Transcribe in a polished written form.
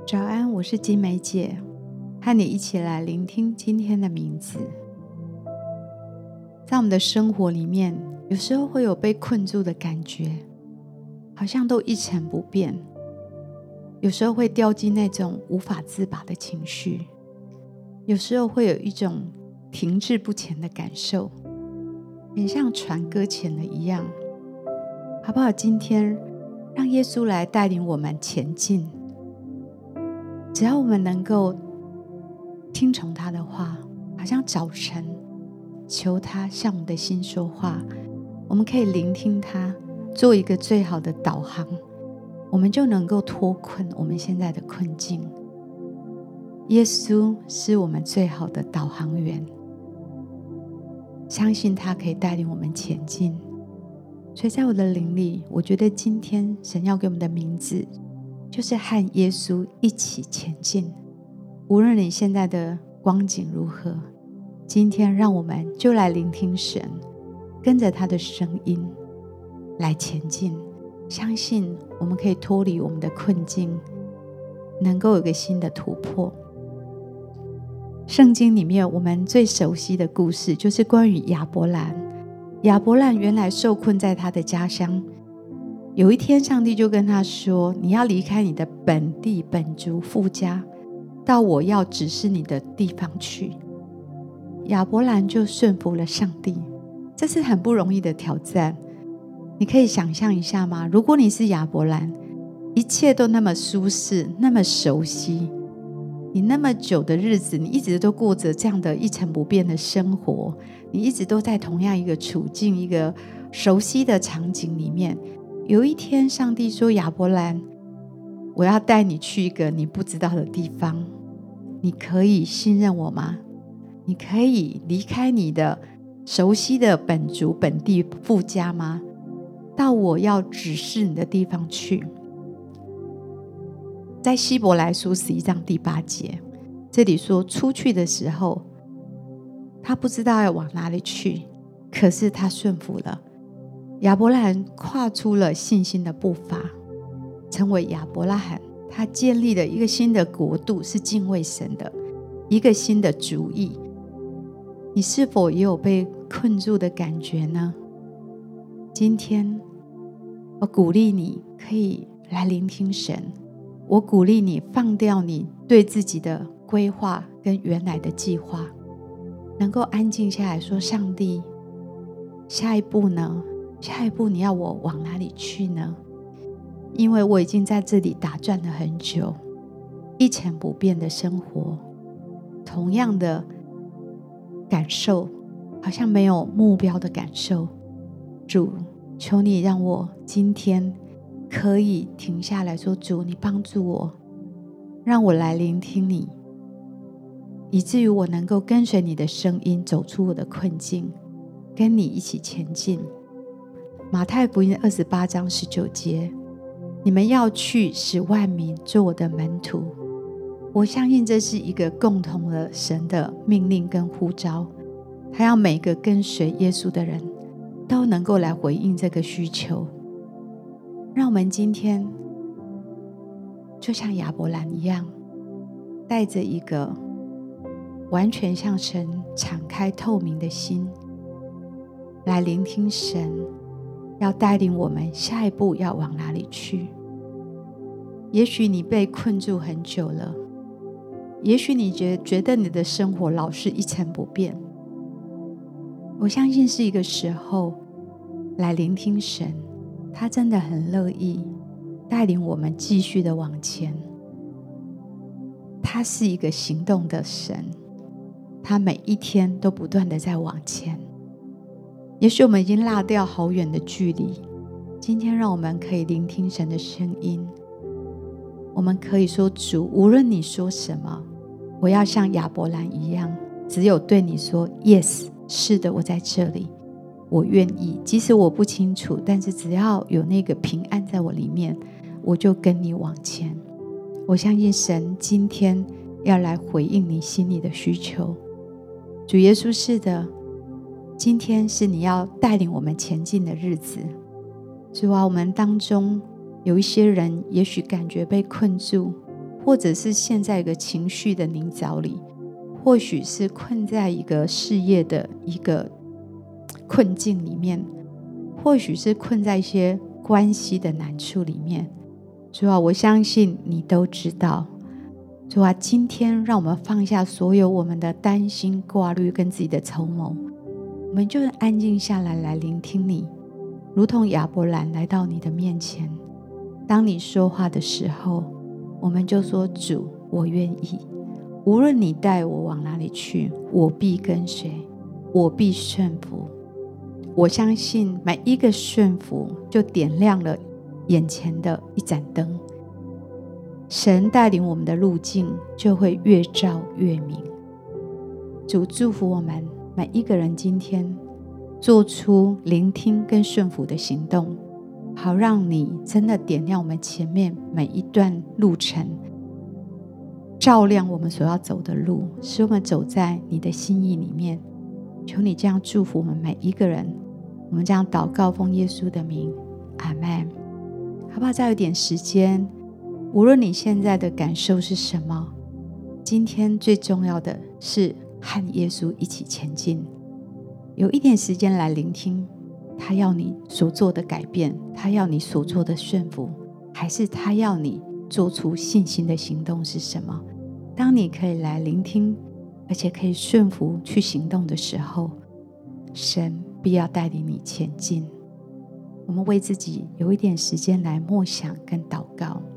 早安，我是金梅姐，和你一起来聆听今天的名字。在我们的生活里面，有时候会有被困住的感觉，好像都一成不变，有时候会掉进那种无法自拔的情绪，有时候会有一种停滞不前的感受，很像船搁浅了一样。好不好？今天让耶稣来带领我们前进，只要我们能够听从他的话，好像早晨求他向我们的心说话，我们可以聆听他，做一个最好的导航，我们就能够脱困我们现在的困境。耶稣是我们最好的导航员，相信他可以带领我们前进。所以在我的灵里，我觉得今天神要给我们的名字就是和耶稣一起前进。无论你现在的光景如何，今天让我们就来聆听神，跟着他的声音来前进，相信我们可以脱离我们的困境，能够有个新的突破。圣经里面我们最熟悉的故事就是关于亚伯兰。亚伯兰原来受困在他的家乡，有一天上帝就跟他说，你要离开你的本地本族父家，到我要指示你的地方去。亚伯兰就顺服了上帝，这是很不容易的挑战。你可以想象一下吗？如果你是亚伯兰，一切都那么舒适，那么熟悉，你那么久的日子，你一直都过着这样的一成不变的生活，你一直都在同样一个处境，一个熟悉的场景里面。有一天上帝说，亚伯兰，我要带你去一个你不知道的地方，你可以信任我吗？你可以离开你的熟悉的本族本地父家吗？到我要指示你的地方去。在希伯来书11章第8节，这里说，出去的时候他不知道要往哪里去，可是他顺服了。亚伯拉罕跨出了信心的步伐，成为亚伯拉罕，他建立了一个新的国度，是敬畏神的一个新的主意。你是否也有被困住的感觉呢？今天我鼓励你可以来聆听神，我鼓励你放掉你对自己的规划跟原来的计划，能够安静下来说，上帝，下一步呢？下一步你要我往哪里去呢？因为我已经在这里打转了很久，一成不变的生活，同样的感受，好像没有目标的感受。主，求你让我今天可以停下来说，主，你帮助我，让我来聆听你，以至于我能够跟随你的声音，走出我的困境，跟你一起前进。马太福音28章19节，你们要去，使万民做我的门徒。我相信这是一个共同的神的命令跟呼召，他要每个跟随耶稣的人都能够来回应这个需求。让我们今天就像亚伯兰一样，带着一个完全向神敞开透明的心，来聆听神要带领我们下一步要往哪里去。也许你被困住很久了，也许你觉得你的生活老是一成不变，我相信是一个时候来聆听神，他真的很乐意带领我们继续的往前。他是一个行动的神，他每一天都不断的在往前。也许我们已经落掉好远的距离，今天让我们可以聆听神的声音。我们可以说，主，无论你说什么，我要像亚伯兰一样，只有对你说 Yes， 是的，我在这里，我愿意。即使我不清楚，但是只要有那个平安在我里面，我就跟你往前。我相信神今天要来回应你心里的需求。主耶稣，是的，今天是你要带领我们前进的日子。主啊，我们当中有一些人也许感觉被困住， 或者是陷在一个情绪的泥沼里，或许是困在一个事业的一个困境里面，或许是困在一些关系的难处里面。主啊，我相信你都知道。主啊，今天让我们放下所有我们的担心挂虑跟自己的筹谋，我们就安静下来，来聆听你，如同亚伯兰来到你的面前。当你说话的时候，我们就说，主，我愿意，无论你带我往哪里去，我必跟随，我必顺服。我相信每一个顺服就点亮了眼前的一盏灯，神带领我们的路径就会越照越明。主祝福我们每一个人今天做出聆听跟顺服的行动，好让你真的点亮我们前面每一段路程，照亮我们所要走的路，使我们走在你的心意里面。求你这样祝福我们每一个人。我们这样祷告，奉耶稣的名，阿们。好不好？再有点时间，无论你现在的感受是什么，今天最重要的是和耶稣一起前进。有一点时间来聆听他要你所做的改变，他要你所做的顺服，还是他要你做出信心的行动是什么？当你可以来聆听，而且可以顺服去行动的时候，神必要带领你前进。我们为自己有一点时间来默想跟祷告。